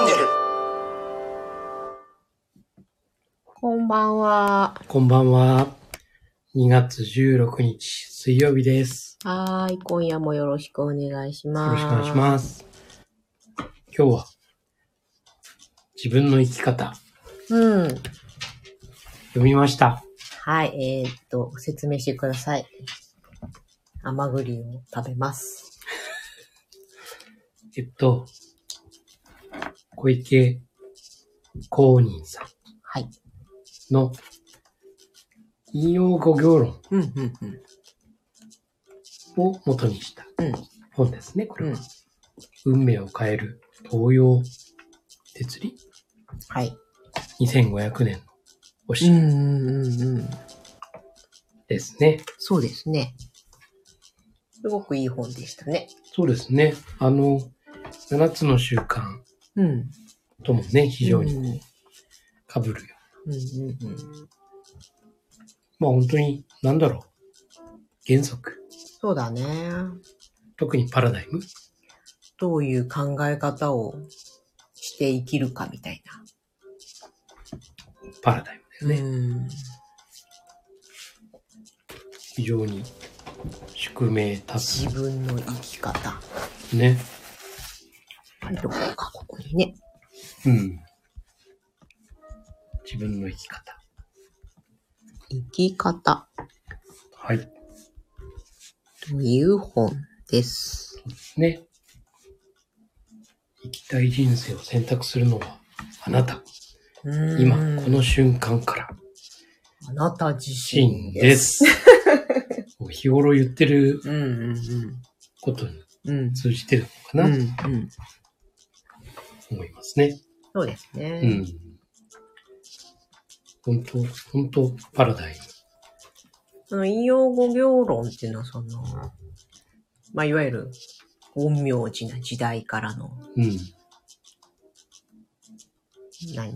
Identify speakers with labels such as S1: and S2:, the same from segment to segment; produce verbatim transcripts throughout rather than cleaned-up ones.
S1: ンネル。
S2: こんばんは。
S3: こんばんは。にがつじゅうろくにち水曜日です。
S2: はーい。今夜もよろしくお願いします。
S3: よろしくお願いします。今日は自分の生き方。
S2: うん。
S3: 読みました。
S2: はい。えー、っと、説明してください。甘栗を食べます。
S3: えっと、小池公認さ
S2: はい。
S3: んの引用語行論
S2: うん、うん、うん。
S3: を元にした
S2: うん
S3: 本ですね、これは。
S2: うん、
S3: 運命を変える東洋哲理
S2: はい。
S3: にせんごひゃくねんの教
S2: うん、
S3: え
S2: うん、うん。
S3: ですね。
S2: そうですね。すごくいい本でしたね。
S3: そうですね。あの、ななつの習慣
S2: うん。
S3: ともね、非常に
S2: うん
S3: 被るよ。
S2: うん、うん、うん。
S3: まあ本当に、なんだろう。原則。
S2: そうだね。
S3: 特にパラダイム。
S2: どういう考え方をして生きるかみたいな。
S3: パラダイムだよね。
S2: うん。
S3: 非常に宿命多数。
S2: 自分の生き方。
S3: ね。
S2: どこかここにね。
S3: うん。自分の生き方。
S2: 生き方
S3: はい。
S2: という本です。
S3: そうですね。生きたい人生を選択するのはあなた。今、この瞬間から。
S2: あなた自
S3: シーン
S2: 身で。
S3: ですす。日頃言ってる
S2: うんうん
S3: ことに
S2: うん。うん。
S3: 通じてるのかな、
S2: うんうん。
S3: 思いますね。
S2: そうですね。
S3: うん。本当、本当パラダイム。
S2: その引用語行論っていうのはその、まあ、いわゆる陰陽師な時代からの、
S3: うん。
S2: 何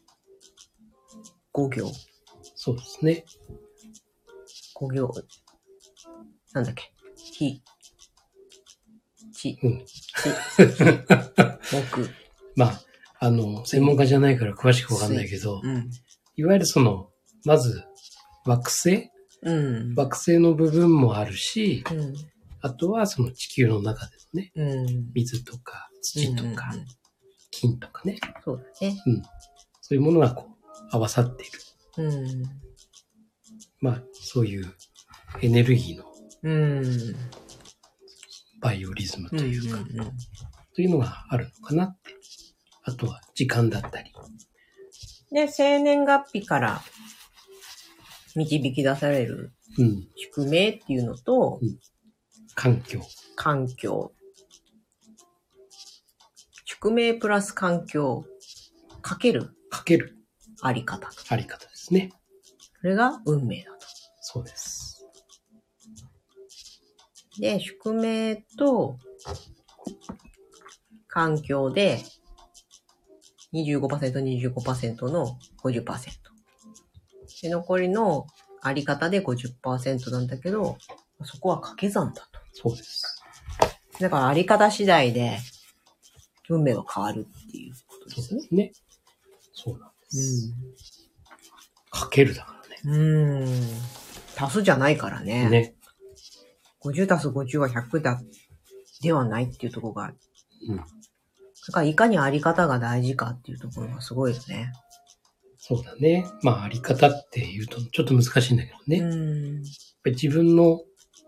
S2: 五行。
S3: そうですね。
S2: 五行。なんだっけ火。地。
S3: うん。
S2: 地。木。
S3: まあ、あの、専門家じゃないから詳しくわかんないけど、
S2: うん。
S3: いわゆるその、まず、惑星
S2: うん。
S3: 惑星の部分もあるし、
S2: うん。
S3: あとはその地球の中でのね、
S2: うん。
S3: 水とか土とか
S2: うんうんうん
S3: 金とかね、
S2: そうだね。
S3: そういうものがこう合わさっている。
S2: うん。
S3: まあ、そういうエネルギーの
S2: うん。
S3: バイオリズムというか、
S2: んんん
S3: というのがあるのかなって。あとは時間だったり。
S2: で、生年月日から導き出される
S3: うん。
S2: 宿命っていうのと、
S3: うん環境。
S2: 環境。宿命プラス環境かける
S3: かける
S2: あり方と。
S3: あり方ですね。
S2: それが運命だと。
S3: そうです。
S2: で、宿命と環境で にじゅうごパーセント、にじゅうごパーセント の ごじゅっパーセント。で、残りのあり方で ごじゅっパーセント なんだけど、そこは掛け算だと。
S3: そうです。
S2: だからあり方次第で運命は変わるっていうことですね。
S3: ね。そうなんです。かけるだからね。
S2: うん。うん。足すじゃないからね。
S3: ね。
S2: ごじゅう足すごじゅうはひゃくだ、ではないっていうところがある。
S3: うん。
S2: だからいかにあり方が大事かっていうところがすごいよね。
S3: そうだね。まあ、あり方って言うとちょっと難しいんだけどね。やっ
S2: うん。
S3: ぱり自分の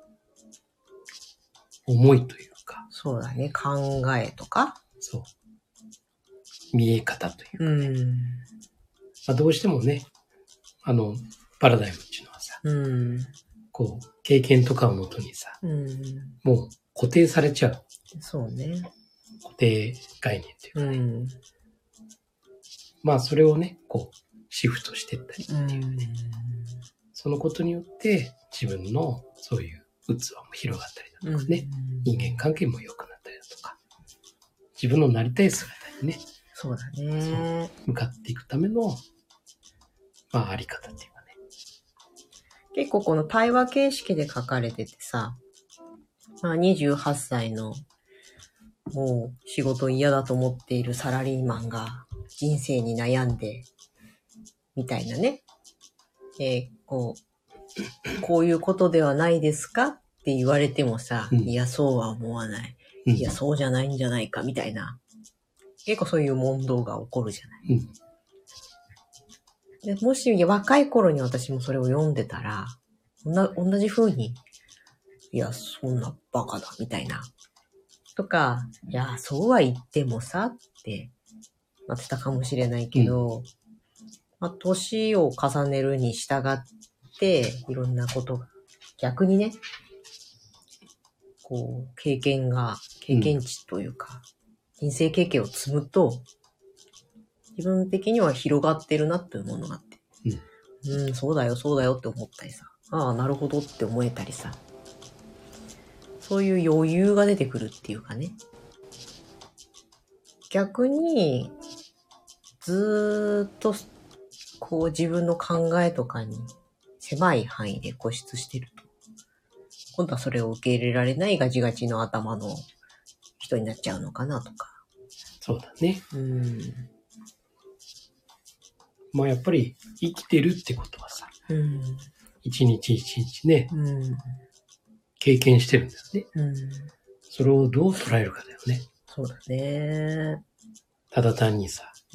S3: 思いというか、
S2: そうだね。考えとか。
S3: そう。見え方というか、
S2: うん。
S3: まあ、どうしてもね、あの、パラダイムっていうのはさ、
S2: うん。
S3: こう、経験とかをもとにさ、
S2: うん。
S3: もう固定されちゃう。
S2: そうね。
S3: 固定概念というか、
S2: うん。
S3: まあ、それをね、こう、シフトしていったりって
S2: うん。
S3: いうね、そのことによって自分のそういう器も広がったりだとかね、人間関係も良くなったりだとか、自分のなりたい姿にね、
S2: そうだね。
S3: 向かっていくための、まあ、あり方っていうかね。
S2: 結構この対話形式で書かれててさ、まあにじゅうはっさいのもう仕事嫌だと思っているサラリーマンが人生に悩んで、みたいなね。えー、こう、こういうことではないですかって言われてもさ、
S3: うん、
S2: いや、そうは思わない。
S3: うん、
S2: いや、そうじゃないんじゃないか、みたいな。結構そういう問答が起こるじゃない。うん、でもし若い頃に私もそれを読んでたら、同じ風に、いや、そんなバカだ、みたいな。とか、いや、そうは言ってもさ、ってなってたかもしれないけど、うん、まあ、年を重ねるに従って、いろんなことが、逆にね、こう、経験が、経験値というか、うん、人生経験を積むと、自分的には広がってるなっていうものがあって、うん、うん、そうだよ、そうだよって思ったりさ、ああ、なるほどって思えたりさ、そういう余裕が出てくるっていうかね。逆に、ずーっと、こう自分の考えとかに狭い範囲で固執してると、今度はそれを受け入れられないガチガチの頭の人になっちゃうのかなとか。
S3: そうだね。
S2: うん。
S3: まあやっぱり生きてるってことはさ、
S2: うん、
S3: 一日一日ね、
S2: うん、
S3: 経験してるんですね。
S2: うん。
S3: それをどう捉えるかだよね。
S2: そうだね。
S3: ただ単にさ、
S2: うん、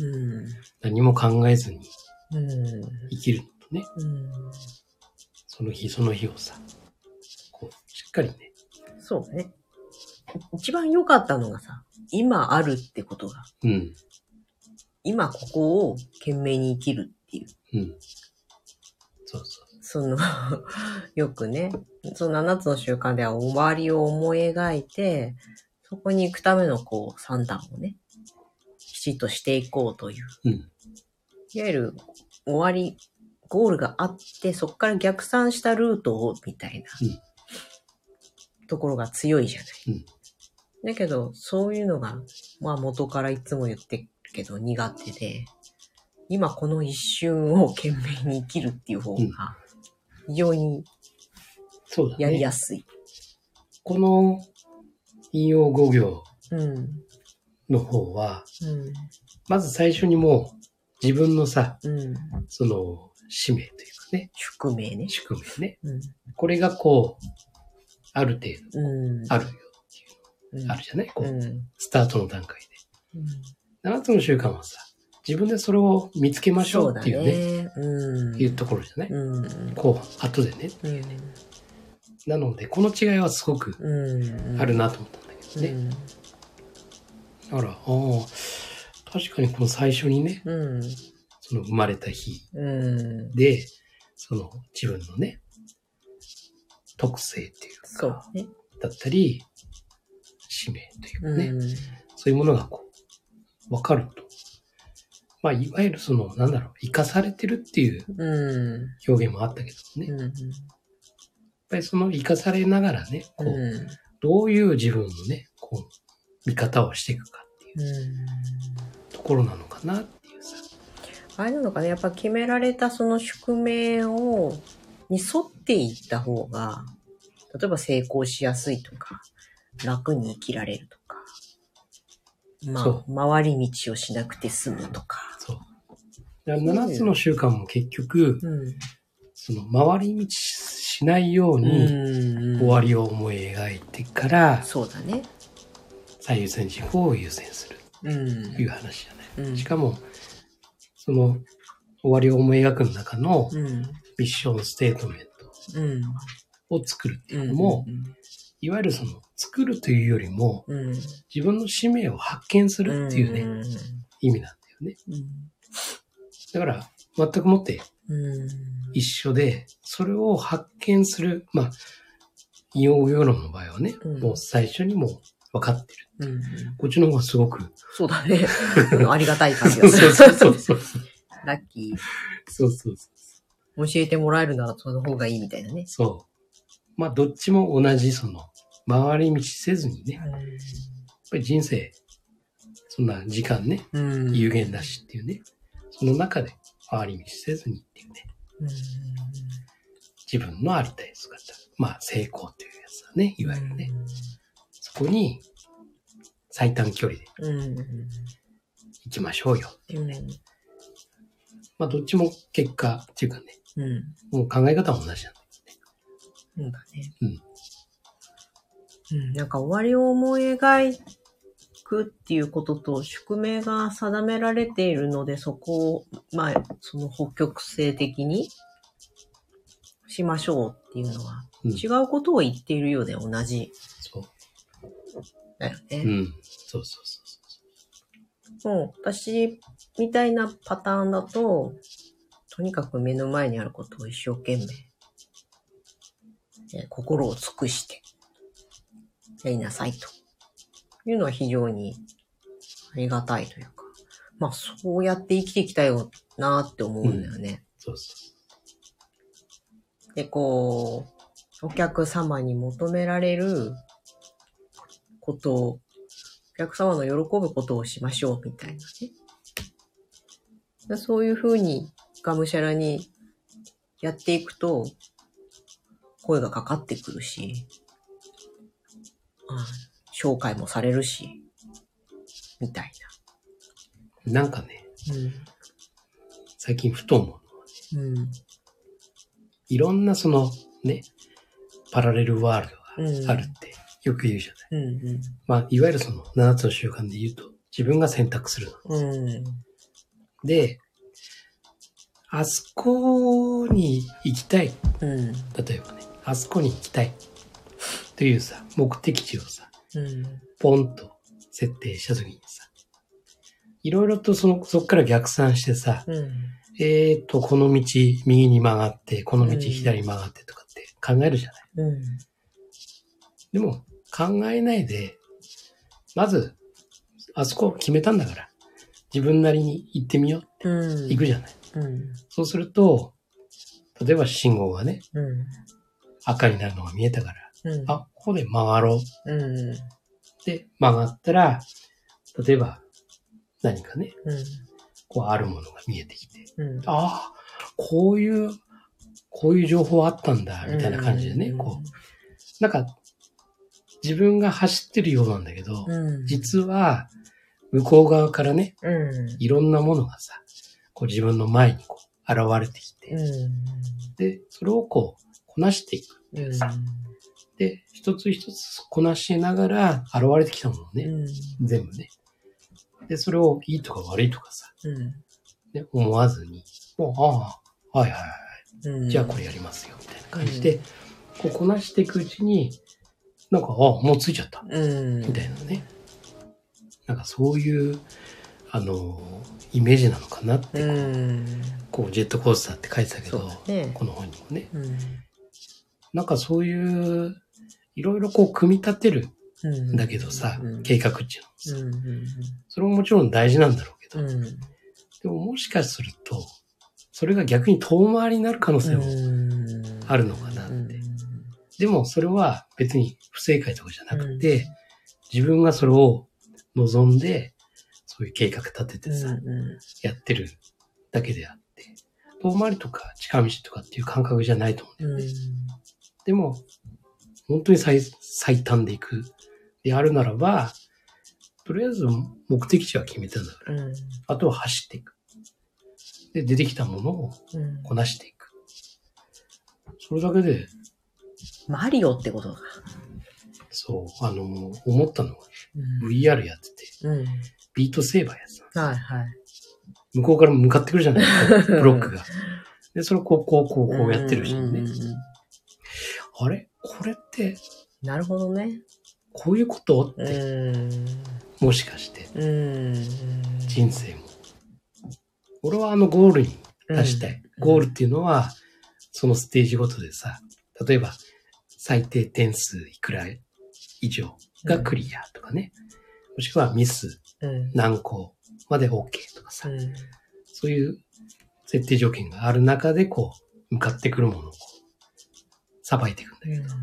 S3: 何も考えずに
S2: うん、
S3: 生きるのとね、
S2: うん、
S3: その日その日をさ、こうしっかりね。
S2: そうね。一番良かったのがさ、今あるってことが、
S3: うん、
S2: 今ここを懸命に生きるっていう。
S3: うん、そうそう。
S2: そのよくね、そのななつの習慣では終わりを思い描いて、そこに行くためのこう算段をね、きちっとしていこうという。
S3: うん、
S2: いわゆる終わり、ゴールがあって、そこから逆算したルートを、みたいな、うん、ところが強いじゃない。
S3: うん、
S2: だけど、そういうのが、まあ元からいつも言ってるけど苦手で、今この一瞬を懸命に生きるっていう方が、非常にやりやすい。
S3: うん、そうだね、この引用ご行の方は、
S2: うん、
S3: まず最初にもう自分のさ、
S2: うん、
S3: その使命というかね。
S2: 宿命ね。
S3: 宿命ね。
S2: うん、
S3: これがこう、ある程度、
S2: うん、
S3: あるよっていうの、うん、あるじゃない、こう、
S2: うん、
S3: スタートの段階で。
S2: うん、
S3: ななつの習慣はさ、自分でそれを見つけましょうっていうね、
S2: そうだね、うん、
S3: いうところじゃない、
S2: うん、
S3: こう、後でねっていうね、うん。なので、この違いはすごくあるなと思ったんだけどね。うん、だから、ああ、確かにこの最初にね、うん、その生まれた日で、うん、その自分のね、特性っていうか、そうね、だったり、使命というかね、うん、そういうものがこう、わかると。まあ、いわゆるその、なんだろう、生かされてるっていう表現もあったけどね。うん、やっぱりその生かされながらね、こう、うん、どういう自分のね、こう、見方をしていくかっていうところなのかなっていうさ。
S2: あれなのかね、やっぱ決められたその宿命を、に沿っていった方が、例えば成功しやすいとか、楽に生きられるとか、まあ、回り道をしなくて済むとか。
S3: そう。だからななつの習慣も結局、うん、その回り道しないように終わりを思い描いてから、
S2: そうだね。
S3: 最優先事項を優先するという話じゃない。うん、しかも、その終わりを思い描く中のミッションステートメントを作るっていうのも、うんうんうん、いわゆるその作るというよりも、うん、自分の使命を発見するっていうね、うんうん、意味なんだよね。うん、だから全くもって一緒で、それを発見する、まあ、引用語論の場合はね、うん、もう最初にもう分かってる、うんうん。こっちの方がすごく。
S2: そうだね。ありがたい感じがする。
S3: そうそうそうそう。
S2: ラッキー。
S3: そうそうそう。
S2: 教えてもらえるならその方がいいみたいなね。
S3: そう。まあ、どっちも同じ、その、回り道せずにね、やっぱり人生、そんな時間ね、うん、有限だしっていうね、その中で回り道せずにっていうね、うん、自分のありたい姿、まあ成功っていうやつだね、いわゆるね。そこに最短距離で行きましょうよっていうね。うん、まあどっちも結果っていうかね、うん、もう考え方は同じなんだよね。
S2: そうだね。うん。うん、なんか終わりを思い描くっていうことと宿命が定められているので、そこを、まあ、その北極星的にしましょうっていうのは、うん、違うことを言っているようで同じ。そう。だよね。
S3: うん。そうそうそう
S2: そう。もう、私みたいなパターンだと、とにかく目の前にあることを一生懸命、えー、心を尽くしてやりなさいというのは非常にありがたいというか、まあそうやって生きてきたよなって思うんだよね。
S3: うん、そうそう。
S2: で、こう、お客様に求められることを、お客様の喜ぶことをしましょうみたいなね。そういうふうにがむしゃらにやっていくと、声がかかってくるし、うん、紹介もされるし、みたい
S3: な。なんかね、うん、最近ふと思うのはね、うん、いろんなそのね、パラレルワールドがあるってよく言うじゃない。うんうん、まあ、いわゆるそのななつの習慣で言うと、自分が選択するの、うん。で、あそこに行きたい。うん、例えばね、あそこに行きたい。というさ、目的地をさ、うん、ポンと設定したときにさ、いろいろとその、そこから逆算してさ、うん、えーと、この道右に曲がって、この道左に曲がってとかって考えるじゃない。うん、でも、考えないで、まず、あそこ決めたんだから、自分なりに行ってみようって、行くじゃない。うん、そうすると、例えば信号がね、うん、赤になるのが見えたから、うん、あ、ここで曲がろう。うん、で、曲がったら、例えば何かね、うん、こうあるものが見えてきて、うん、ああ、こういう、こういう情報あったんだ、みたいな感じでね、うん、こう、なんか、自分が走ってるようなんだけど、うん、実は、向こう側からね、うん、いろんなものがさ、こう自分の前にこう現れてきて、うん、で、それをこう、こなしていくっていうさ、うん、で、一つ一つこなしながら現れてきたものね、うん、全部ね。で、それをいいとか悪いとかさ、うん、で思わずに、もう、ああ、はいはいはい、うん、じゃあこれやりますよ、みたいな感じで、うん、こうこなしていくうちに、なんか、ああ、もうついちゃった、うん、みたいなね。なんかそういう、あの、イメージなのかなってこう、うん、こうジェットコースターって書いてたけど、ね、この本にもね、うん。なんかそういう、いろいろこう組み立てるんだけどさ、うん、計画っていうのもさ、うん、それももちろん大事なんだろうけど、うん、でももしかすると、それが逆に遠回りになる可能性もあるのかなって。うん、でもそれは別に不正解とかじゃなくて、うん、自分がそれを望んで、そういう計画立ててさ、うんうん、やってるだけであって、遠回りとか近道とかっていう感覚じゃないと思うんだよね。うん、でも、本当に 最, 最短でいくであるならば、とりあえず目的地は決めたんだから、うん、あとは走っていく。で、出てきたものをこなしていく。うん、それだけで。
S2: マリオってことだ。
S3: そう、あの、思ったのは、うん、ブイアール やってて、うん、ビートセーバーやつなんです。はいはい。向こうから向かってくるじゃないですか、ブロックが。で、それをこう、こう、こう、こうやってるうちにね。うんうんうん、あれこれって、
S2: なるほどね。
S3: こういうことって、うんもしかして、うん人生も。俺はあのゴールに出したい。うん、ゴールっていうのは、そのステージごとでさ、例えば、最低点数いくら以上がクリアとかね。うん、もしくはミス何個まで OK とかさ、うん、そういう設定条件がある中でこう、向かってくるものをこう、さばいていくんだけど、うん、あ、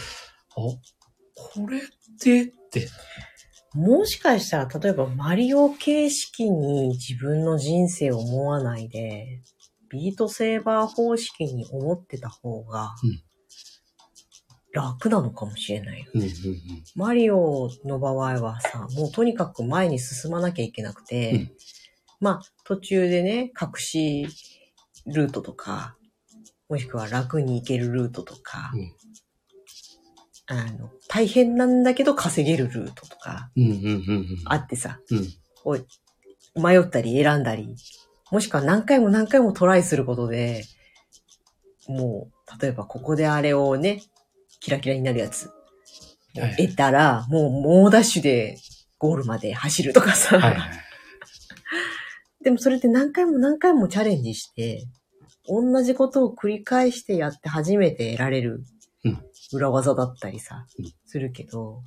S3: これってって、
S2: もしかしたら、例えばマリオ形式に自分の人生を思わないで、ビートセーバー方式に思ってた方が、 楽なのかもしれないよね、
S3: うんうんうん。
S2: マリオの場合はさ、もうとにかく前に進まなきゃいけなくて、うん、まあ途中でね、隠しルートとか、もしくは楽に行けるルートとか、うん、あの大変なんだけど稼げるルートとか、
S3: うんうんうんうん、
S2: あってさ、
S3: うん、
S2: おい迷ったり選んだり、もしくは何回も何回もトライすることで、もう例えばここであれをね、キラキラになるやつ、はい、得たら、もう猛ダッシュでゴールまで走るとかさ、はいはい、でもそれって何回も何回もチャレンジして、同じことを繰り返してやって初めて得られる裏技だったりさ、うん、するけど、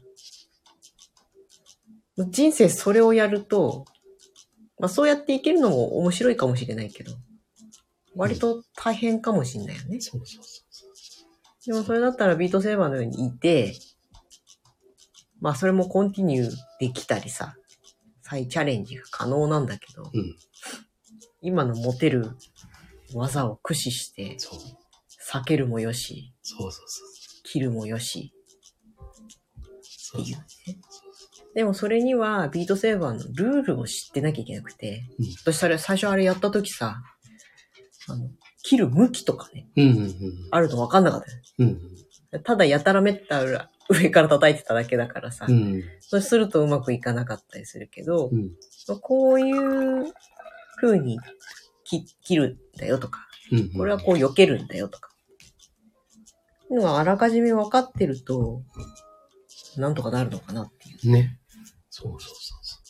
S2: 人生それをやると、まあそうやっていけるのも面白いかもしれないけど、割と大変かもしれないよね。
S3: うん、そうそうそうそう。
S2: でもそれだったらビートセーバーのようにいて、まあそれもコンティニューできたりさ、再チャレンジが可能なんだけど、うん、今の持てる技を駆使して、避けるもよし、
S3: そうそうそう、
S2: 切るもよし、っていうね。でもそれにはビートセーバーのルールを知ってなきゃいけなくて、うん、私それ最初あれやった時さ、あの切る向きとかね、
S3: うんうんうん、
S2: あると分かんなかったよ、うんうん。ただやたらめったら上から叩いてただけだからさ、うん、そうするとうまくいかなかったりするけど、うん、こういう風に切るんだよとか、うんうん、これはこう避けるんだよとか、のがあらかじめ分かってると、なんとかなるのかなっていう。
S3: ね。そうそうそうそう。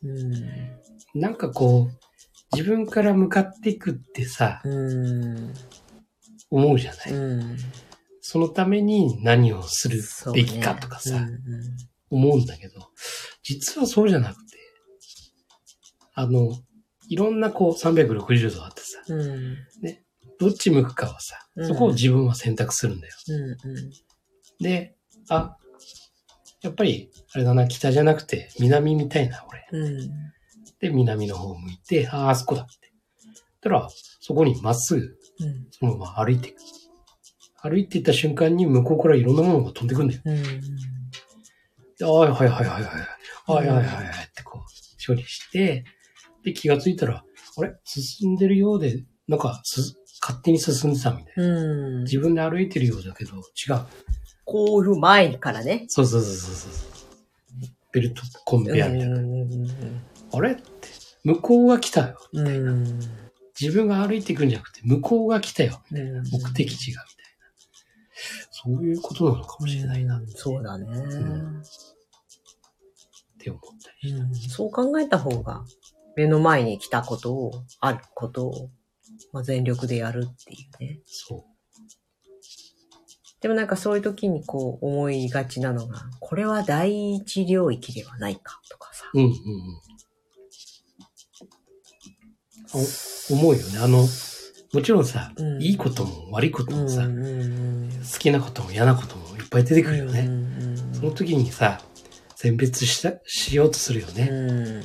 S3: うん。なんかこう、自分から向かっていくってさ、うん、思うじゃない、うん。そのために何をするべきかとかさ、ね、うんうん、思うんだけど、実はそうじゃなくて、あの、いろんなこうさんびゃくろくじゅうどあってさ、うん、ね、どっち向くかはさ、そこを自分は選択するんだよ。うんうん、で、あ、やっぱり、あれだな、北じゃなくて、南みたいな、俺。うん、で、南の方を向いて、ああ、あそこだって。だから、そこにまっすぐ、そのまま歩いていく。歩いていった瞬間に、向こうからいろんなものが飛んでくるんだよ。うん、で、はいはいはいはいはい。はいはいはいはいってこう、処理して、で、気がついたら、あれ進んでるようで、なんかす、勝手に進んでたみたいな、うん。自分で歩いてるようだけど、違う。
S2: こういう前からね。
S3: そうそうそうそうそう。ベルトコンベヤーみたいな。あれって、向こうが来たよ。みたいな。自分が歩いていくんじゃなくて、向こうが来たよ。みたいな。目的地が。みたいな。そういうことなのかもしれないな。
S2: そうだね、うん。
S3: って思ったりした、
S2: うん。そう考えた方が、目の前に来たことを、あることを、まあ、全力でやるっていうね。そう。でもなんかそういう時にこう思いがちなのが、これは第一領域ではないかとかさ。うんうんうん。
S3: 思うよね。あの、もちろんさ、うん、いいことも悪いこともさ、うんうんうん、好きなことも嫌なこともいっぱい出てくるよね。うんうんうん、その時にさ、選別した、しようとするよね。うん、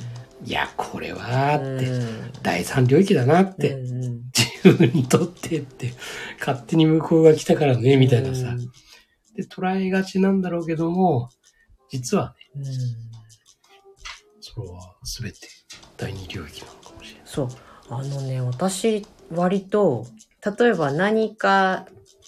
S3: いや、これはって、うん、第三領域だなって、うんうん、自分にとってって、勝手に向こうが来たからね、みたいなさ、うん。で、捉えがちなんだろうけども、実はね、うん、それは全て第二領域なのかもしれない。
S2: そう。あのね、私、割と、例えば何か、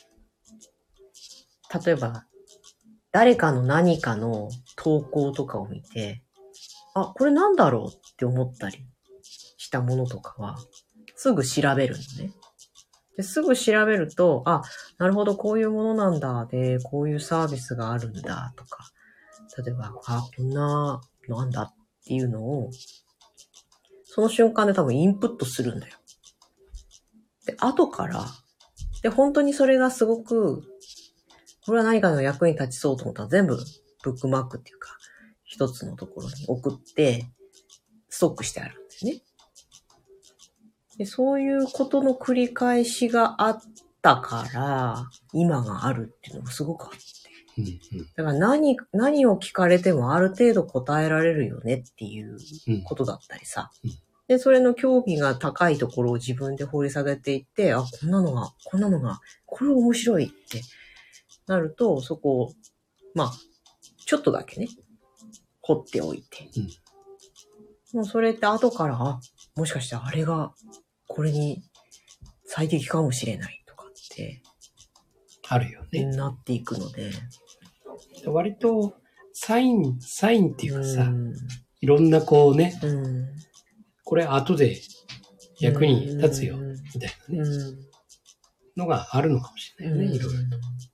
S2: 例えば、誰かの何かの投稿とかを見て、あ、これなんだろうって思ったりしたものとかは、すぐ調べるのね。ですぐ調べると、あ、なるほど、こういうものなんだ。で、こういうサービスがあるんだとか、例えば、あ、こんな、なんだっていうのを、その瞬間で多分インプットするんだよ。で、後から、で、本当にそれがすごく、これは何かの役に立ちそうと思ったら全部ブックマークっていうか、一つのところに送って、ストックしてあるんだよね。で、そういうことの繰り返しがあったから、今があるっていうのがすごくあって。だから何、何を聞かれてもある程度答えられるよねっていうことだったりさ。で、それの興味が高いところを自分で掘り下げていって、あ、こんなのが、こんなのが、これ面白いってなると、そこを、まあ、ちょっとだけね、掘っておいて。うん、もうそれって後から、あ、もしかしてあれがこれに最適かもしれないとかって、
S3: あるよね。
S2: なっていくので。
S3: 割と、サイン、サインっていうかさ、うん、いろんなこうね、うん、これ後で役に立つよ、みたいなね、うん、のがあるのかもしれないよね、うん、いろいろ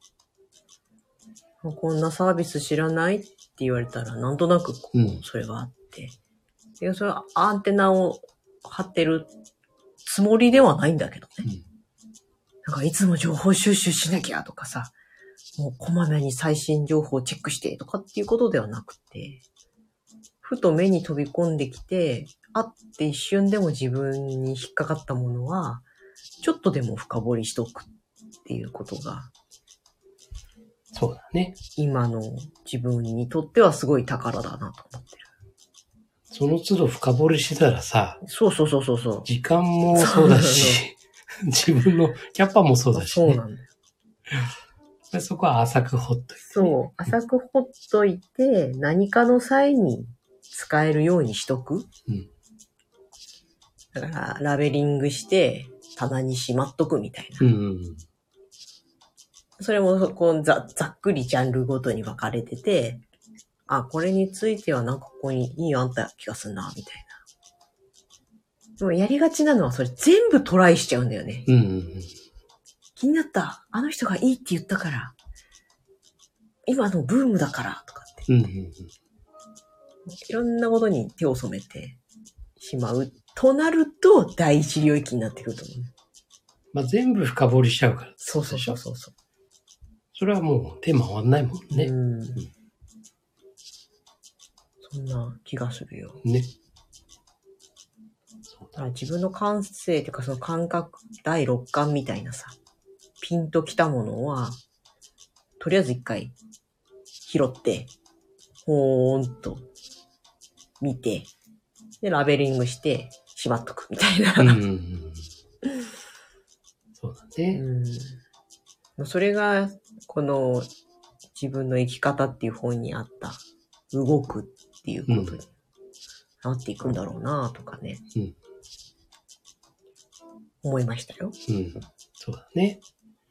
S2: と。こんなサービス知らないって言われたら、なんとなくこう、うん、それがあって。で、それはアンテナを張ってるつもりではないんだけどね。うん、なんかいつも情報収集しなきゃとかさ、もうこまめに最新情報をチェックしてとかっていうことではなくて、ふと目に飛び込んできて、あって一瞬でも自分に引っかかったものは、ちょっとでも深掘りしとくっていうことが、
S3: そうだね。
S2: 今の自分にとってはすごい宝だなと思ってる。
S3: その都度深掘りしてたらさ、
S2: そうそうそうそうそう。
S3: 時間もそうだし、自分のキャパもそうだし、ね。
S2: そうなんだよ。
S3: そこは浅く掘っといて、ね。
S2: そう。浅く掘っといて、何かの際に使えるようにしとく。うん、だから、ラベリングして、棚にしまっとくみたいな。うんうん、それもこう ざ, ざっくりジャンルごとに分かれてて、あ、これについてはなんかここにいいあんた気がすんな、みたいな。でもやりがちなのはそれ全部トライしちゃうんだよね。うんうんうん、気になった。あの人がいいって言ったから。今のブームだからとかって、うんうんうん。いろんなことに手を染めてしまうとなると第一領域になってくると思う。
S3: まあ全部深掘りしちゃうから。
S2: そうそうそうそうそう。
S3: それはもう手回んないもんね。うん、うん。
S2: そんな気がするよ。ね。そうだ。自分の感性というかその感覚第六感みたいなさ、ピンときたものはとりあえず一回拾って、ほーんと見て、で、ラベリングして、しまっとくみたいな。うん、
S3: そうだね。
S2: うん、それが、この自分の生き方っていう本にあった、動くっていうことになっていくんだろうなとかね、うん。思いましたよ。
S3: うん、そうだね。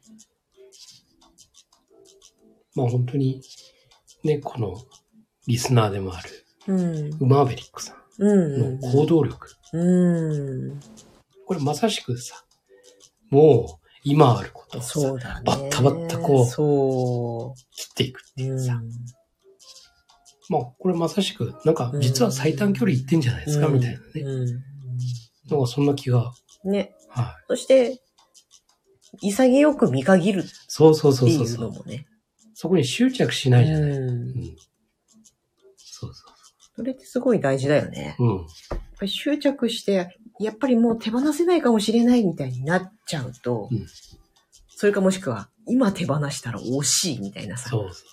S3: まあ本当に、ね、このリスナーでもある、うん、ウマーベリックさんの行動力、うんうん。これまさしくさ、もう今あることをさ、そうだね、バッタバッタこう、そう切っていくっていうさ。うん、まあこれまさしく、なんか実は最短距離いってんじゃないですか、うん、みたいなね。うん、なんかそんな気が。
S2: ね。はい。そして、潔く見限るっていうのもね。
S3: そうそうそうそうそう。そこに執着しないじゃない。うんうん、
S2: そうそうそう。それってすごい大事だよね。うん。やっぱり執着して、やっぱりもう手放せないかもしれないみたいになっちゃうと、うん、それかもしくは、今手放したら惜しいみたいなさ。そうそうそう。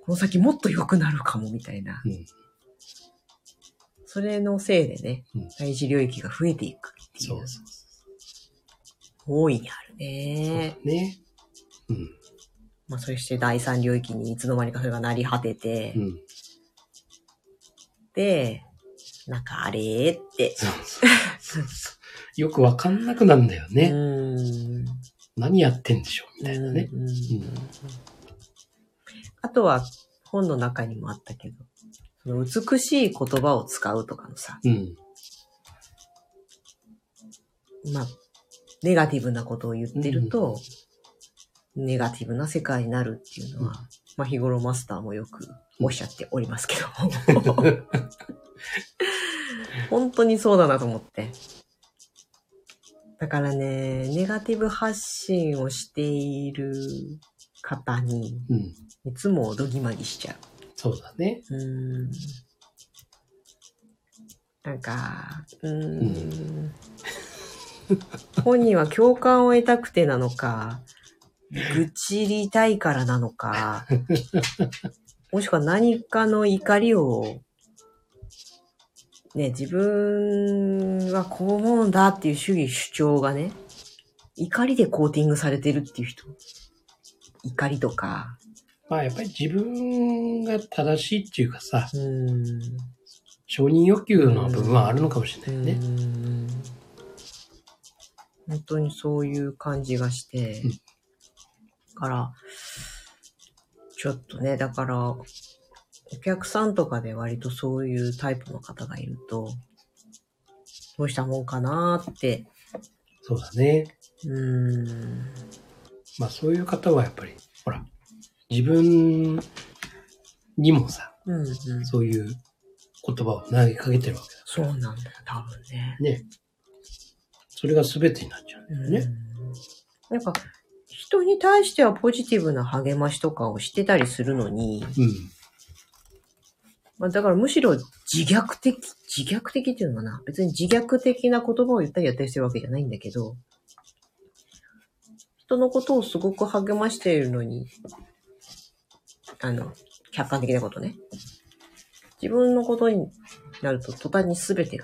S2: この先もっと良くなるかもみたいな。うん、それのせいでね、うん、大事領域が増えていくっていう。そうそうそう。大いにあるね。
S3: そうね。うん。
S2: まあ、そして第三領域にいつの間にかそれが成り果てて、うん、で、なんかあれーって。そう
S3: そうよくわかんなくなるんだよね。うん何やってんでしょうみたいなね、うんうん。
S2: あとは本の中にもあったけど、その美しい言葉を使うとかのさ、うん、まあ、ネガティブなことを言ってると、うん、ネガティブな世界になるっていうのは、うん、まあ日頃マスターもよくおっしゃっておりますけど、うん、本当にそうだなと思って。だからね、ネガティブ発信をしている方に、うん、いつもどぎまぎしちゃう。
S3: そうだね。
S2: うーんなんか、うーん、うん本人は共感を得たくてなのか、愚痴りたいからなのか、もしくは何かの怒りを、ね、自分はこう思うんだっていう主義主張がね、怒りでコーティングされてるっていう人、 怒りとか。
S3: まあやっぱり自分が正しいっていうかさ、うん、承認欲求の部分はあるのかもしれないね。うん、
S2: 本当にそういう感じがして、うん、だから、ちょっとね、だから、お客さんとかで割とそういうタイプの方がいると、どうしたもんかなーって。
S3: そうだね。うん。まあそういう方はやっぱり、ほら、自分にもさ、うんうん、そういう言葉を投げかけてるわけだ。
S2: そうなんだよ、多分ね。
S3: ね。それが全てになっちゃうんだよね。
S2: うん、なんか、人に対してはポジティブな励ましとかをしてたりするのに、うん、まあ、だからむしろ自虐的、自虐的っていうのかな。別に自虐的な言葉を言ったりやったりしてるわけじゃないんだけど、人のことをすごく励ましているのに、あの、客観的なことね。自分のことになると途端に全てが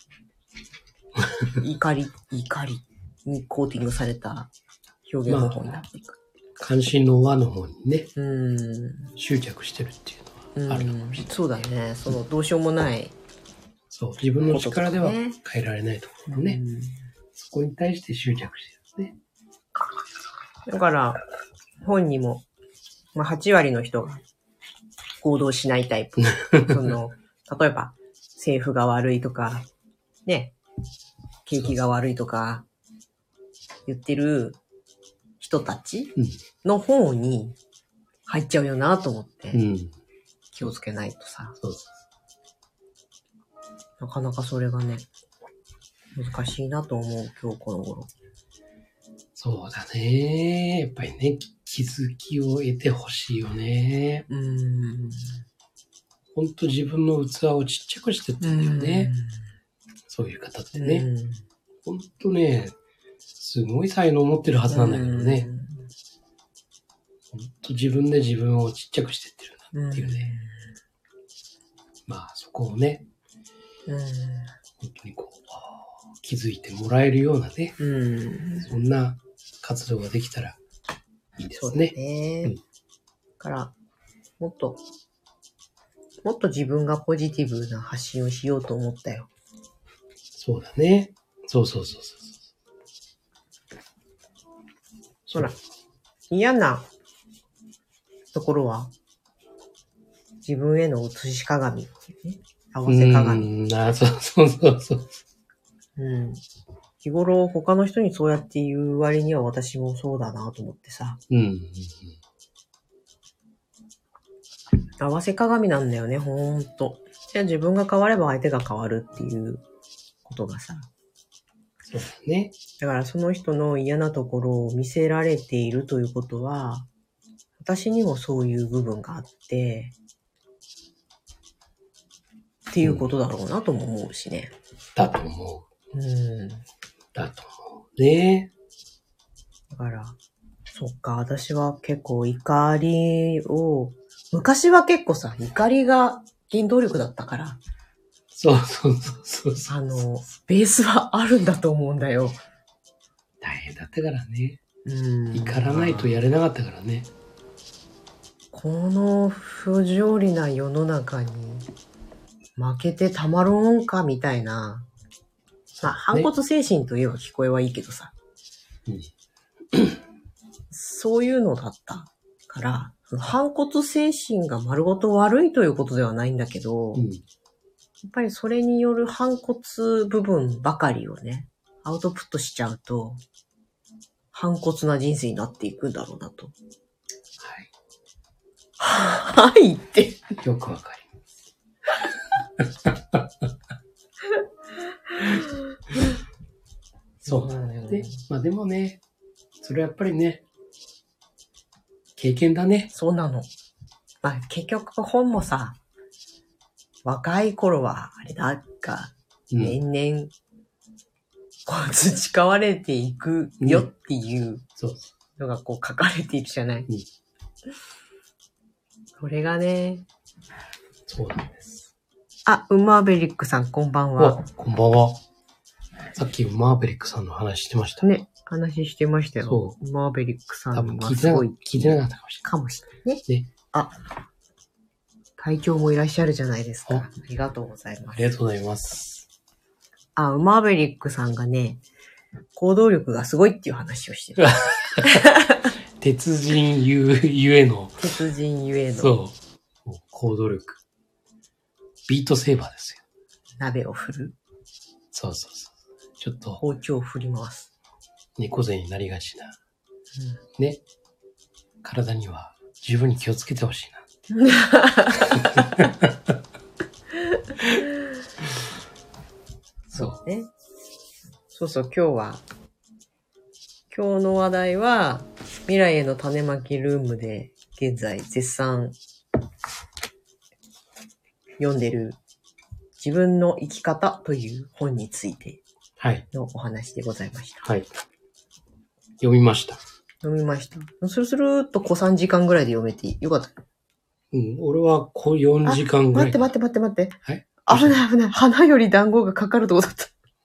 S2: 怒り、怒りにコーティングされた表現方法になっていく。ま
S3: あ、関心の輪の方にね、うん執着してるっていうのはあるのかもしれない。
S2: そうだね。そのどうしようもない、
S3: そう、自分の力では変えられないところね。そこに対して執着してるね。
S2: だから、本にも、まあ、はち割の人が行動しないタイプ。その、例えば、政府が悪いとか、ね、景気が悪いとか、言ってる人たちの方に入っちゃうよなと思って、うん、気をつけないとさ。そうそう、なかなかそれがね、難しいなと思う、今日この頃。
S3: そうだね。やっぱりね、気づきを得てほしいよね。うん。ほんと自分の器をちっちゃくしてってんだよね。そういう方ってね。ほんとね、すごい才能を持ってるはずなんだけどね。ほんと自分で自分をちっちゃくしてってるなっていうね。まあそこをね、本当にこう、気づいてもらえるようなね、そんな活動ができたらいいですね。そうだね。うん、
S2: だから、もっと、もっと自分がポジティブな発信をしようと思ったよ。
S3: そうだね。そうそうそうそう
S2: 。ほら、嫌なところは、自分への映し鏡っていうね。合わせ鏡。
S3: うん、あ、そうそうそうそう。
S2: うん。日頃他の人にそうやって言う割には私もそうだなと思ってさ。うん。合わせ鏡なんだよね、ほんと。じゃあ自分が変われば相手が変わるっていうことがさ。
S3: そうだね。
S2: だからその人の嫌なところを見せられているということは、私にもそういう部分があって、っていうことだろうなとも思うしね。
S3: うん、だと思う。うん。だと思うね。
S2: だから、そっか、私は結構怒りを、昔は結構さ、怒りが原動力だったから。
S3: そうそうそうそう。
S2: あの、ベースはあるんだと思うんだよ。
S3: 大変だったからね。うん。怒らないとやれなかったからね。
S2: この不条理な世の中に負けてたまろんかみたいな。まあ、反骨精神といえば聞こえはいいけどさ。うん、そういうのだったから、反骨精神が丸ごと悪いということではないんだけど、うん、やっぱりそれによる反骨部分ばかりをね、アウトプットしちゃうと、反骨な人生になっていくんだろうなと。はい。はいって。
S3: よくわかります。そうなんだよね。まあでもね、それはやっぱりね、経験だね。
S2: そうなの。まあ結局本もさ、若い頃はあれだか、年々、こう培われていくよっていうのがこう書かれているじゃない。うん、それがね。
S3: そうなんです。
S2: あ、ウマーベリックさんこんばんは。
S3: こんばんは。 さっきマーベリックさんの話してました
S2: ね。話してましたよ。
S3: そう。
S2: マーベリックさん
S3: 多分聞いてなかった。聞いてなかったかもしれない。
S2: かもしれないね。
S3: ね。
S2: あ、隊長もいらっしゃるじゃないですか。ありがとうございます。
S3: ありがとうございます。
S2: あ、マーベリックさんがね、行動力がすごいっていう話をしてる。
S3: 鉄人ゆゆえの。
S2: 鉄人ゆえの。
S3: そう。行動力。ビートセーバーですよ。
S2: 鍋を振る。
S3: そうそうそう。ちょっと。
S2: 包丁を振ります。
S3: 猫背になりがちな。
S2: うん、
S3: ね。体には十分に気をつけてほしいな。
S2: そうね。そうそう、今日は、今日の話題は、未来への種まきルームで現在絶賛読んでる自分の生き方という本についてのお話でございました。
S3: はい。読みました。
S2: 読みました。スルスルーっと小さんじかんぐらいで読めてよかった。
S3: うん、俺はこうよんじかんぐらい。
S2: 待って待って待って待って。
S3: はい。
S2: 危ない危ない。花より団子がかかるとこだった。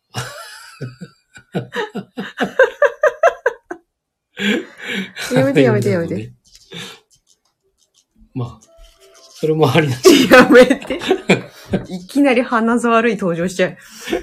S2: やめてやめてやめて。ね、
S3: まあ、それもありだし。
S2: やめて。いきなり鼻ざ悪い登場しちゃう。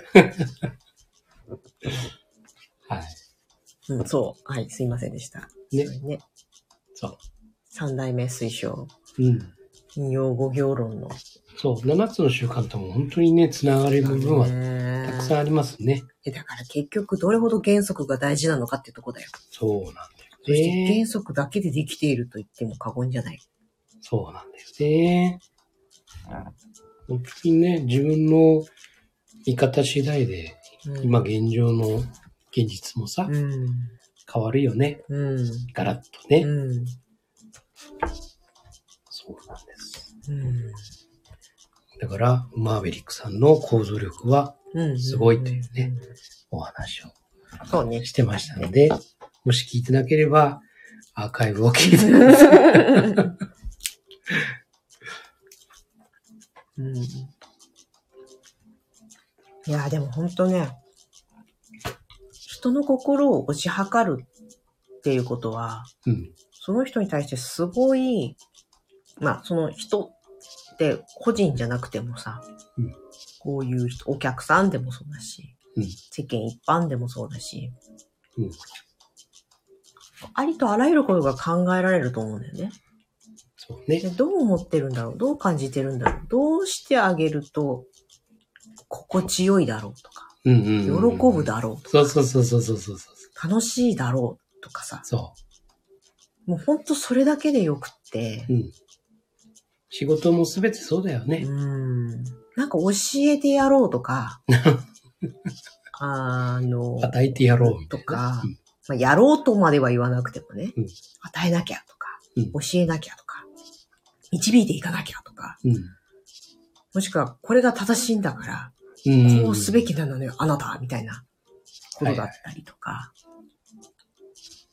S3: はい。
S2: うん、そう。はい、すいませんでした。
S3: ね。
S2: そね
S3: そう。
S2: 三代目推奨。
S3: うん。
S2: 引用語行論の。
S3: そう。七つの習慣とも本当にね、つながる部分はたくさんありますね。
S2: え、だから結局どれほど原則が大事なのかってとこだよ。
S3: そうなんだよね。
S2: そして原則だけでできていると言っても過言じゃない。
S3: そうなんだよね。本当にね、自分の見方次第で、うん、今現状の現実もさ、うん、変わるよね。うん、ガラッとね、うん。そうなんです。うん、だから、マーベリックさんの構造力はすごいというね、お話を
S2: そうね
S3: してましたので、もし聞いてなければ、アーカイブを聞いてください。
S2: うん、いや、でも本当ね、人の心を推し量るっていうことは、うん、その人に対してすごい、まあその人って個人じゃなくてもさ、うん、こういう人、お客さんでもそうだし、うん、世間一般でもそうだし、うん、ありとあらゆることが考えられると思うんだよね。
S3: そうね。
S2: どう思ってるんだろう、どう感じてるんだろう、どうしてあげると心地よいだろうとか、うんうんうんうん、喜ぶだろうとか、
S3: そうそうそうそうそうそう、
S2: 楽しいだろうとかさ、
S3: そう
S2: もうほんとそれだけでよくって、うん、
S3: 仕事もすべてそうだよね。
S2: うん、なんか教えてやろうとか、あの
S3: 与えてやろうみたいな
S2: とか、うん、まあ、やろうとまでは言わなくてもね、うん、与えなきゃとか、うん、教えなきゃとか、導いていかなきゃとか、うん、もしくはこれが正しいんだから、うん、こうすべきなのよ、あなたみたいなことだったりとか。はいはい、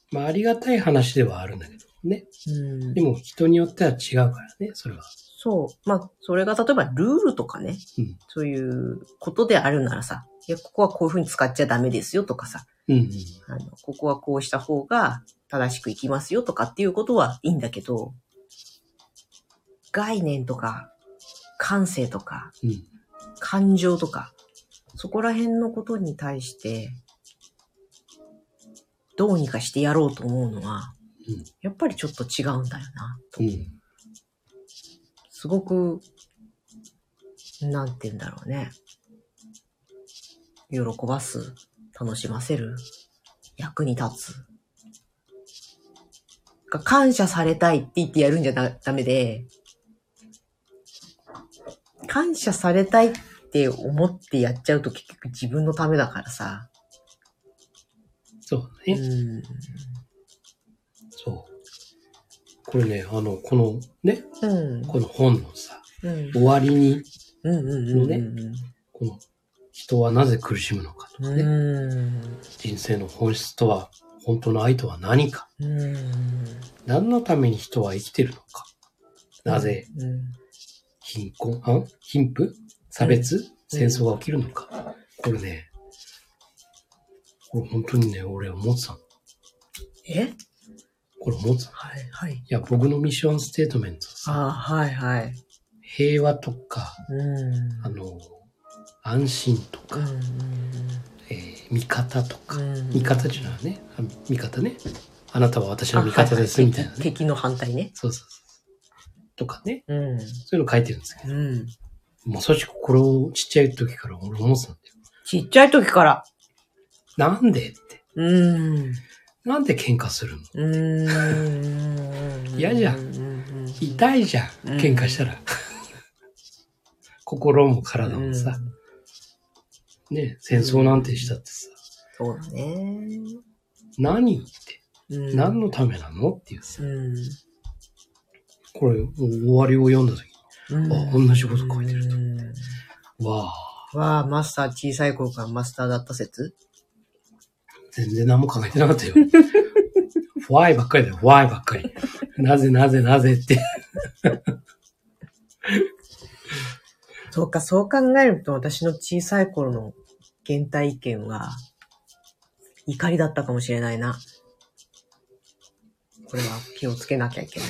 S3: まあ、ありがたい話ではあるんだけどね。うん、でも人によっては違うからね、それは。
S2: そう。まあ、それが例えばルールとかね、うん、そういうことであるならさ、いや、ここはこういうふうに使っちゃダメですよとかさ、うんうん、あのここはこうした方が正しくいきますよとかっていうことはいいんだけど、概念とか感性とか、うん、感情とか、そこら辺のことに対してどうにかしてやろうと思うのは、うん、やっぱりちょっと違うんだよなと、うん、すごくなんて言うんだろうね、喜ばす、楽しませる、役に立つ、感謝されたいって言ってやるんじゃダメで、感謝されたいって思ってやっちゃうと結局自分のためだからさ。
S3: そうね。うん、そう。これね、あの、このね、うん、この本のさ、うん、終わりにのね、この人はなぜ苦しむのかとかね、うん、人生の本質とは、本当の愛とは何か、うん、何のために人は生きてるのか、なぜ、うんうん貧困、あ貧富差別、うん、戦争が起きるのか。これね、 これ本当にね、俺思ってたの。
S2: え
S3: これ思ってた。
S2: はい、はい。い
S3: や、僕のミッションステートメントさ。
S2: ああ、はい、はい。
S3: 平和とか、
S2: うん、
S3: あの、安心とか、うんえー、味方とか、うん、味方じゃないね。味方ね。あなたは私の味方です、みたいな、ね、
S2: 敵の反対ね。
S3: そうそうそう。とかね。
S2: うん、
S3: そういうの書いてるんですけど。
S2: うん、
S3: まさしくこれをちっちゃい時から俺思ってたんだよ。
S2: ちっちゃい時から。
S3: なんでって。
S2: うん。
S3: なんで喧嘩するの？
S2: うーん。
S3: 嫌じゃん。痛いじゃん。喧嘩したら。心も体もさ。ね、戦争なんてしたってさ。
S2: そうだね。
S3: 何って。何のためなのっていうさ。これ、終わりを読んだ時に、あ、同じこと書いてると思って。わ
S2: あ。わあ、マスター小さい頃からマスターだった説？
S3: 全然何も考えてなかったよ。why ばっかりだよ。why ばっかり。なぜなぜなぜって。
S2: そうか、そう考えると私の小さい頃の原体験は怒りだったかもしれないな。これは気をつけなきゃいけない。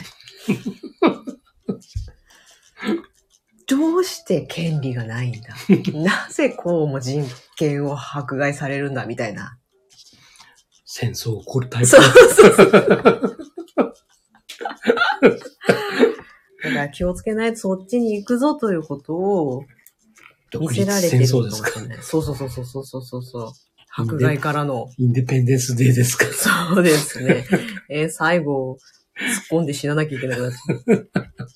S2: どうして権利がないんだなぜこうも人権を迫害されるんだみたいな。
S3: 戦争起こるタイプ。
S2: そうそうそう。だから気をつけないとそっちに行くぞということを見せられてるかもしれない。そうそうそうそうそうそうそう。迫害からの。
S3: インデペンデンスデーですか？
S2: そうですね。えー、最後、突っ込んで死ななきゃいけなくなっちゃう。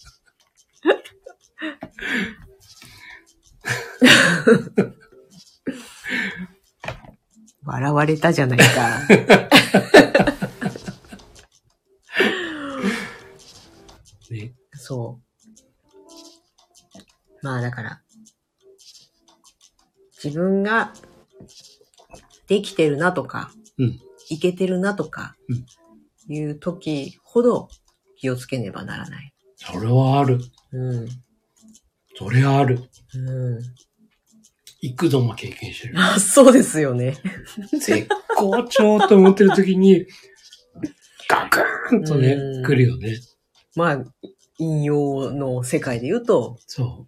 S2: 笑われたじゃないか。ね、そう。まあだから、自分ができてるなとか、
S3: うん、
S2: いけてるなとか、いう時ほど気をつけねばならない。
S3: それはある。
S2: うん。
S3: それはある。
S2: うん。
S3: 幾度も経験してる。
S2: あ、そうですよね。
S3: 絶好調と思ってる時に、ガクーンとね、来るよね。
S2: まあ、引用の世界で言うと、
S3: そう。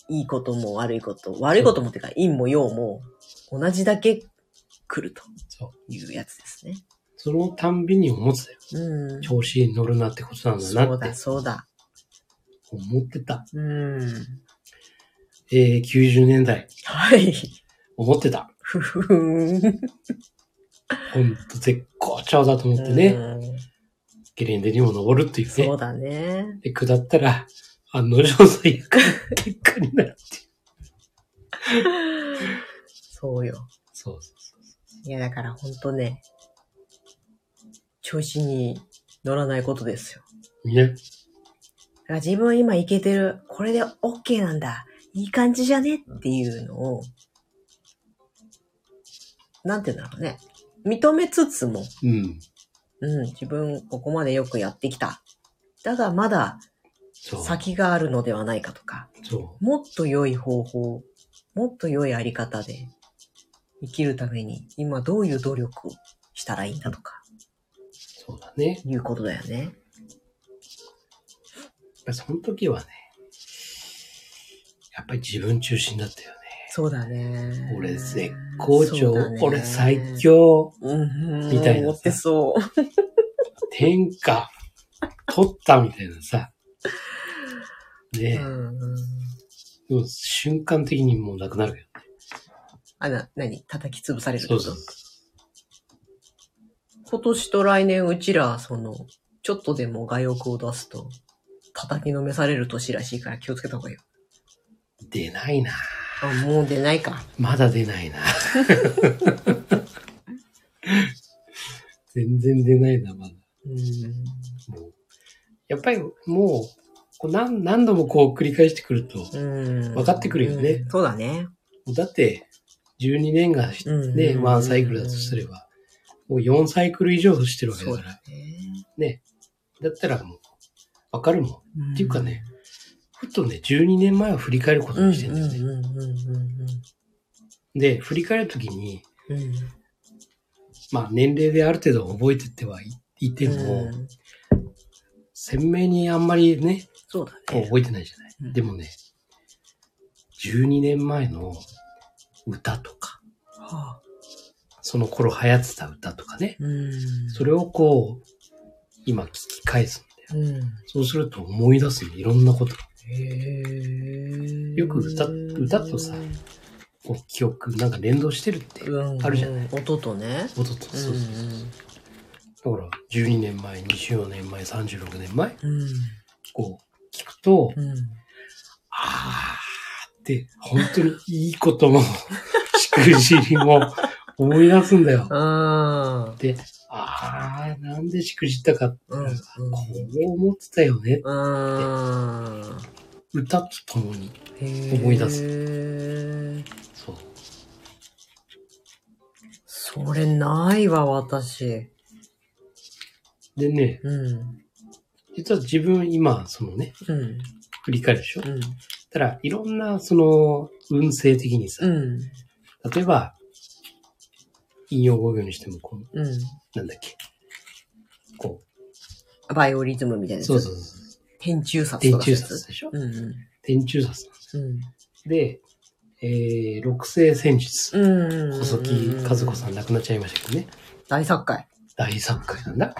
S2: いいことも悪いこと、悪いこともってか、陰も陽も同じだけ来るというやつですね。
S3: そのたんびに思ってたよ。うん、調子に乗るなってことなんだなって。
S2: そうだ、そうだ。
S3: 思ってた。
S2: うん。
S3: えー、きゅうじゅうねんだい。
S2: はい。
S3: 思ってた。
S2: ふふふん。
S3: ほんと絶好調だと思ってね。ゲレンデにも登るっていうね。
S2: そうだね。
S3: で、下ったら、案の定最悪な結果になるっていう。
S2: そうよ。
S3: そうそうそう。
S2: いや、だからほんとね、調子に乗らないことですよ。
S3: ね。
S2: だから自分は今いけてる。これで OK なんだ。いい感じじゃねっていうのを、なんていうんだろうね。認めつつも、
S3: うん。
S2: うん、自分ここまでよくやってきた。だがまだ先があるのではないかとか、
S3: そう
S2: もっと良い方法、もっと良いあり方で生きるために今どういう努力をしたらいいんだとか。
S3: そうだね。
S2: いうことだよね。
S3: その時はね、やっぱり自分中心だったよね。
S2: そうだね。
S3: 俺絶好調、俺最強、
S2: うん
S3: みたいな。
S2: 思ってそう。
S3: 天下、取ったみたいなさ。ねえ、
S2: うんうん。
S3: でも瞬間的にもうなくなるけどね。
S2: あ、な、何叩き潰されるってこと？
S3: そうそう。
S2: 今年と来年うちら、その、ちょっとでも外欲を出すと、叩きのめされる年らしいから気をつけた方がいいよ。出
S3: ないな。
S2: あ、もう出ないか。
S3: まだ出ないな。全然出ないな、まだ。うんもうやっぱりもう、こう 何, 何度もこう繰り返してくると、分かってくるよね。
S2: うん、そうだね。
S3: だって、じゅうにねんがね、ワンサイクルだとすれば、もうよんサイクル以上してるわけだから。ね。ね。だったらもう、分かるもん。うん、っていうかね、ふとね、じゅうにねんまえを振り返ることにしてるんだよね。で、振り返るときに、うん、 まあ年齢である程度覚えてってはいても、うん、鮮明にあんまりね、
S2: そうだね。
S3: 覚えてないじゃない。うん、でもね、じゅうにねんまえの歌とか、はあ、その頃流行ってた歌とかね、うん、それをこう、今聞き返すんだよ。うん、そうすると思い出すの、いろんなこと。へー。よく歌、歌とさ、こう記憶、なんか連動してるってあるじゃない、うんうん、
S2: 音とね。
S3: 音と、そうそうそう。うんうん、だから、じゅうにねんまえ、にじゅうよねんまえ、さんじゅうろくねんまえ、うん、こう、聞くと、うん、あーって、本当にいいことも、しくじりも思い出すんだよ。で、あー、なんでしくじったかって、うんうん、こう思ってたよねって、歌とともに思い出す。そう。
S2: それないわ、私。
S3: でね、うん、実は自分今、そのね、うん、振り返るでしょ、うん、たら、いろんな、その、運勢的にさ、うん、例えば、引用語行にしても、こう、うん、なんだっけ、こ
S2: う。バイオリズムみたいなやつ。
S3: そうそうそう。
S2: 天中殺
S3: とか。天中殺でしょ、うんうん、天中殺なんです、うん。で、えー、六星戦術。うん。細木和子さん亡くなっちゃいましたけどね。
S2: 大作会。
S3: 大作会なんだ。
S2: うん。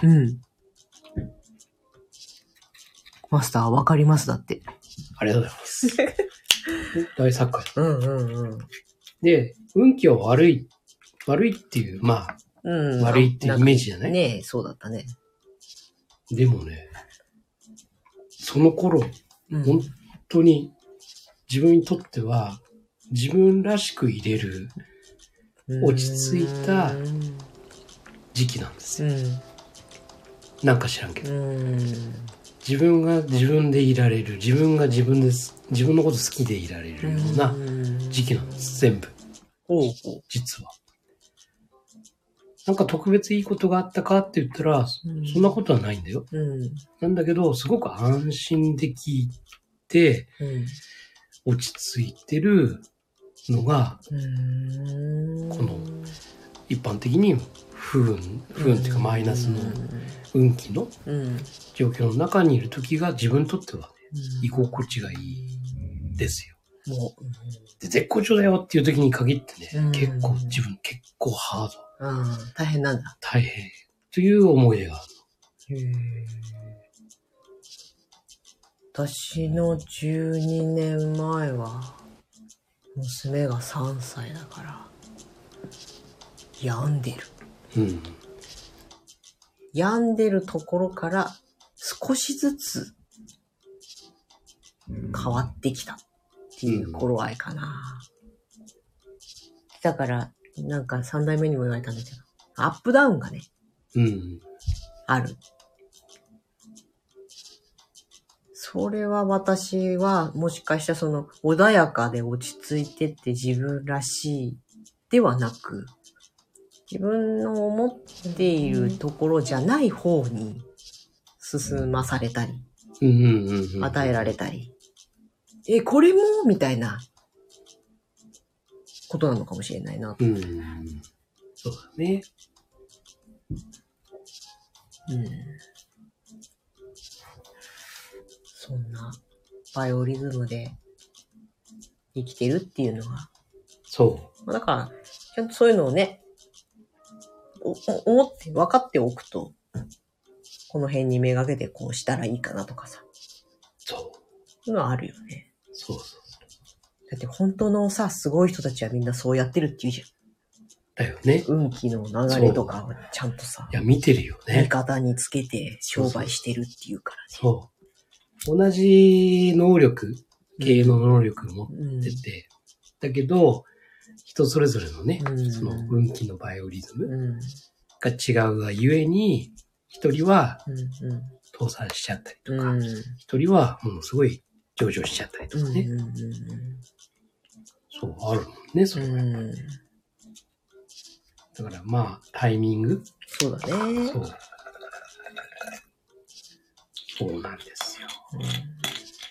S2: マスターわかりますだって。
S3: ありがとうございます。大作会。
S2: うんうんうん。
S3: で、運気は悪い、悪いっていう、まあ、うん、悪いっていうイメージじゃない？
S2: ねえ、そうだったね。
S3: でもね、その頃、うん、本当に自分にとっては、自分らしく入れる、落ち着いた時期なんですよ。うん、なんか知らんけど。うん自分が自分でいられる、自分が自分です、自分のこと好きでいられるような時期なんです、全部。
S2: ほうほう
S3: 実は。なんか特別いいことがあったかって言ったら、そんなことはないんだよ。うん、なんだけど、すごく安心できて、うん、落ち着いてるのが、この一般的に不運、不運っていうかマイナスの運気の状況の中にいるときが自分にとっては、ね、居心地がいいですよ。もうで絶好調だよっていう時に限ってね、結構自分結構ハード。
S2: ああ、大変なんだ。
S3: 大変。という思い出があるの。へー。
S2: 私のじゅうにねんまえは、娘がさんさいだから、病んでる。うん。病んでるところから少しずつ変わってきたっていう頃合いかな。うん、だから、なんか三代目にも言われたんだけど、アップダウンがね、うん、ある。それは私はもしかしたらその穏やかで落ち着いてって自分らしいではなく、自分の思っているところじゃない方に進まされたり、与えられたり、え、これもみたいなことなのかもしれないなと。うん、
S3: そうだね。
S2: うん。そんなバイオリズムで生きてるっていうのが。
S3: そう。
S2: だから、ちゃんとそういうのをね、思って、分かっておくと、この辺にめがけてこうしたらいいかなとかさ。
S3: そう。
S2: そういうのはあるよね。
S3: そうそうそう。
S2: だって本当のさ、すごい人たちはみんなそうやってるって言うじゃん。
S3: だよね。
S2: 運気の流れとかをちゃんとさ。
S3: いや、見てるよね。
S2: 味方につけて商売してるっていうからね。
S3: そう。同じ能力、経営の能力を持ってて、うん、だけど、人それぞれのね、うん、その運気のバイオリズムが違うがゆえに、一人は倒産しちゃったりとか、一、うん、人はものすごい上場しちゃったりとかね。うんうんうん、そう、あるもんね、それはやっぱりね。だからまあ、タイミング。
S2: そうだね。
S3: そう。そうなんですよ。うん、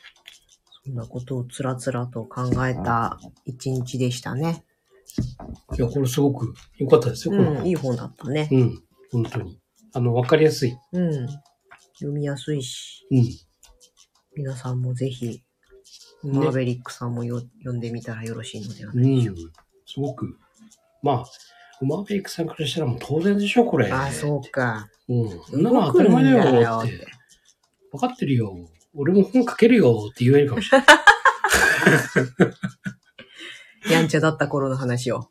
S2: そんなことをつらつらと考えた一日でしたね。
S3: いや、これすごく良かったですよ、この
S2: 本。うん、いい本だったね。
S3: うん、本当に。あの、わかりやすい。
S2: うん。読みやすいし。
S3: うん。
S2: 皆さんもぜひ、マーベリックさんもよ、ね、読んでみたらよろしいのではないでしょうか。うん。
S3: すごく。まあ、マーベリックさんからしたらもう当然でしょ、これ。
S2: あ、そうか。
S3: うん。そんなの当たり前だよって。分かってるよ。俺も本書けるよって言えるかもしれない。
S2: やんちゃだった頃の話を。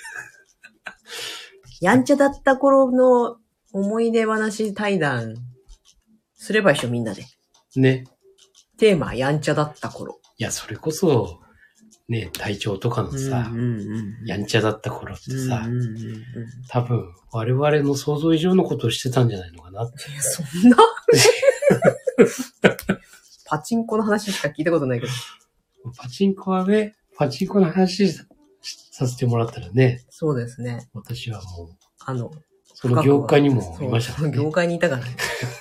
S2: やんちゃだった頃の思い出話対談すれば一緒みんなで。
S3: ね。
S2: テーマ、やんちゃだった頃。
S3: いや、それこそ、ね、隊長とかのさ、うんうんうん、やんちゃだった頃ってさ、うんうんうん、多分、我々の想像以上のことをしてたんじゃないのかなって。
S2: いや、そんなパチンコの話しか聞いたことないけど。
S3: パチンコはね、パチンコの話させてもらったらね。
S2: そうですね。
S3: 私はもう、
S2: あの、
S3: その業界にもいました
S2: からね。その業界にいたからね。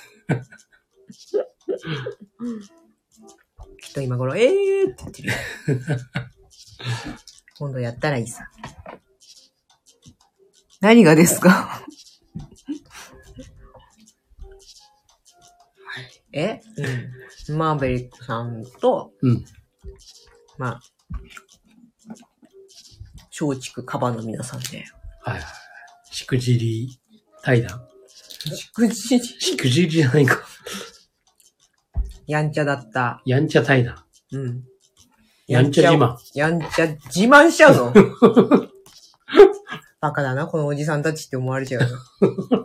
S2: きっと今頃、えーって言ってるよ。今度やったらいいさ。何がですか？はい。え？うん。マーベリックさんと、
S3: うん。
S2: まあ、松竹カバの皆さんで。
S3: はいはい。しくじり対談。
S2: しくじり
S3: しくじりじゃないか。
S2: やんちゃだった。
S3: やんちゃ対談。
S2: うん。
S3: やんちゃ自慢。
S2: やんちゃ自慢しちゃうのバカだな、このおじさんたちって思われちゃうの。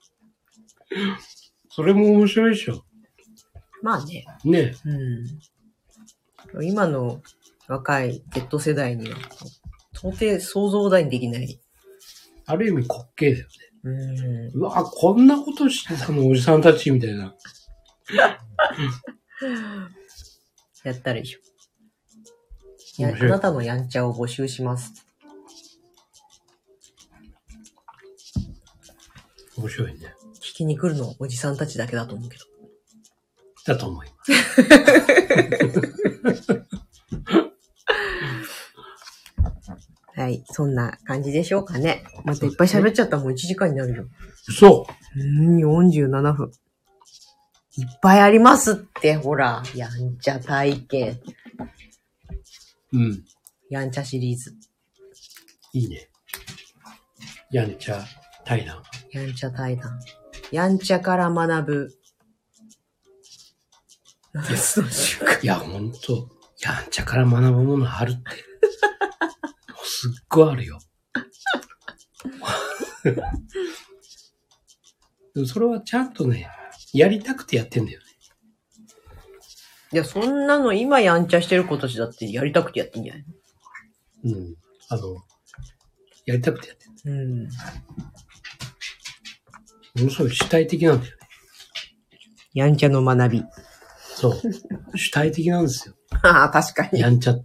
S3: それも面白いでしょ。
S2: まあね。
S3: ね。
S2: うん。今の若い Z 世代には、到底想像だにできない。
S3: ある意味滑稽だよね。
S2: うん。
S3: うわ、こんなことしてたのおじさんたちみたいな。
S2: やったらいいでしょ。や、あなたのやんちゃを募集します。
S3: 面白いね。
S2: 聞きに来るのおじさんたちだけだと思うけど。
S3: だと思います。
S2: はい、そんな感じでしょうかね。またいっぱい喋っちゃったらもういちじかんになるよ。
S3: 嘘。
S2: うーん、よんじゅうななふん。いっぱいありますって、ほら。やんちゃ体験。
S3: うん。
S2: やんちゃシリーズ。
S3: いいね。やんちゃ対談。
S2: やんちゃ対談。やんちゃから学ぶ。夏の習慣。
S3: いや、ほんと、やんちゃから学ぶものあるって。すっごいあるよ。でもそれはちゃんとね、やりたくてやってんだよね。
S2: いや、そんなの今やんちゃしてる子たちだってやりたくてやってんじゃない
S3: の？うん。あの、やりたくてやってる。
S2: うん。
S3: ものすごい主体的なんだよね。
S2: やんちゃの学び。
S3: そう。主体的なんですよ。
S2: ああ、確かに。
S3: やんちゃって。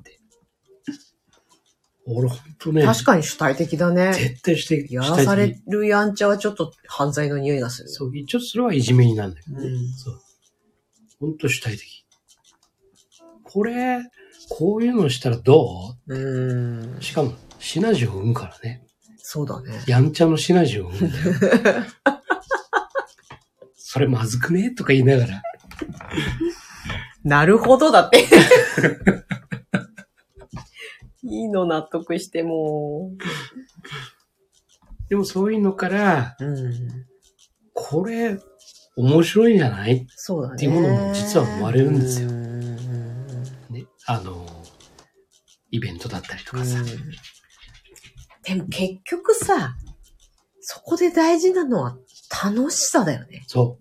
S3: 俺ほんとね。
S2: 確かに主体的だね。
S3: 絶対して
S2: やらされるやんちゃはちょっと犯罪の匂いがする。
S3: そう。ちょっとそれはいじめになるんだけどね。
S2: うん、
S3: そう。ほんと主体的。これ、こういうのしたらどう？うん。しかも、シナジーを生むからね。
S2: そうだね。
S3: やんちゃのシナジーを生むんだよ。それまずくねとか言いながら。
S2: なるほどだって。いいの納得しても。
S3: でもそういうのから、
S2: うん、
S3: これ面白いんじゃない？
S2: そうだね。
S3: っていうものも実は生まれるんですよ。ね、あの、イベントだったりとかさ。
S2: でも結局さ、そこで大事なのは楽しさだよね。
S3: そう。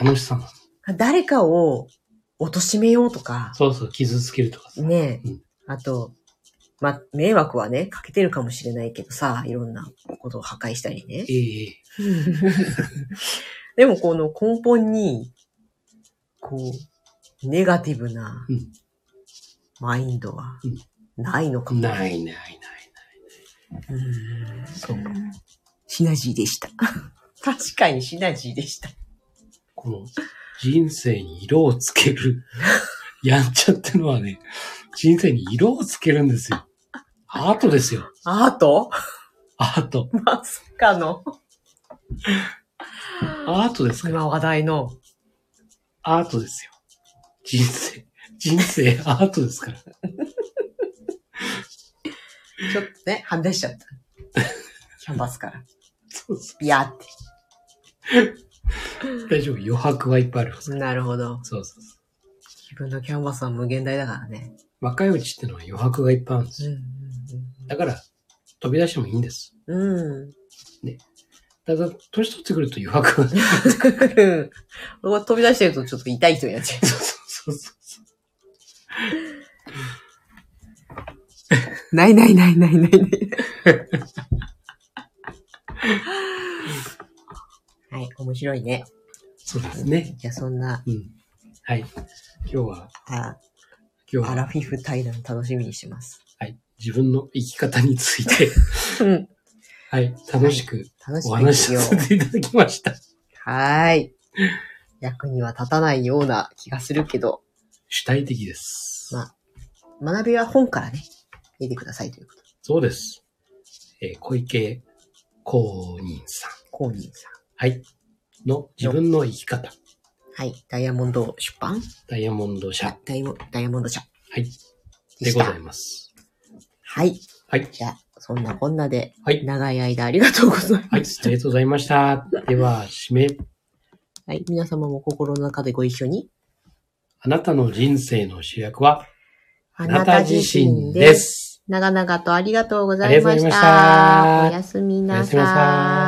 S3: 楽しさな
S2: の。誰かを貶めようとか。
S3: そうそう、傷つけるとかさ。
S2: ねえ。うん、あと、まあ、迷惑はね、かけてるかもしれないけどさ、いろんなことを破壊したりね。
S3: ええ
S2: でもこの根本に、こう、ネガティブなマインドはないのかも、
S3: うん。ないないないない。
S2: うん、そう。シナジーでした。確かにシナジーでした。
S3: この人生に色をつけるやんちゃってのはね、人生に色をつけるんですよ。アートですよ。
S2: アート？
S3: アート。
S2: まさかの。
S3: アートですか？
S2: 今話題の。
S3: アートですよ。人生。人生アートですから。ち
S2: ょっとね、はみ出しちゃった。キャンバスから。
S3: そうそう。
S2: ビヤーって。
S3: 大丈夫。余白はいっぱいある。
S2: なるほど。
S3: そうそうそう。
S2: 自分のキャンバスは無限大だからね。
S3: 若いうちってのは余白がいっぱいあるんですよ。うんうんうん、だから、飛び出してもいいんです。うん。ね。ただ、年取ってくると余白が。
S2: 僕は飛び出してるとちょっと痛い人になっちゃう。そうそうそうそう。ないないないないないない。はい、面白いね。
S3: そうですね。
S2: じゃあそんな。
S3: うん。はい。今日は。
S2: あ今日は。アラフィフ対談楽しみにしてます。
S3: はい。自分の生き方について。うん。はい。楽しくお話しさせていただきました。
S2: はい。役には立たないような気がするけど。
S3: 主体的です。
S2: まあ、学びは本からね、見てくださいということ。
S3: そうです。えー、小池公認さん。
S2: 公認さん。
S3: はい。の自分の生き方。
S2: はい。ダイヤモンド出版
S3: ダイヤモンド社。
S2: ダイヤモンド社。
S3: はい。でございます。
S2: はい。
S3: はい。
S2: じゃあ、そんなこんなで、
S3: はい。
S2: 長い間ありがとうございました。
S3: はい。ありがとうございました。では、締め。
S2: はい。皆様も心の中でご一緒に。
S3: あなたの人生の主役は、あなた自身です。
S2: 長々とありがとうございました。ありがとうございました。おやすみなさい。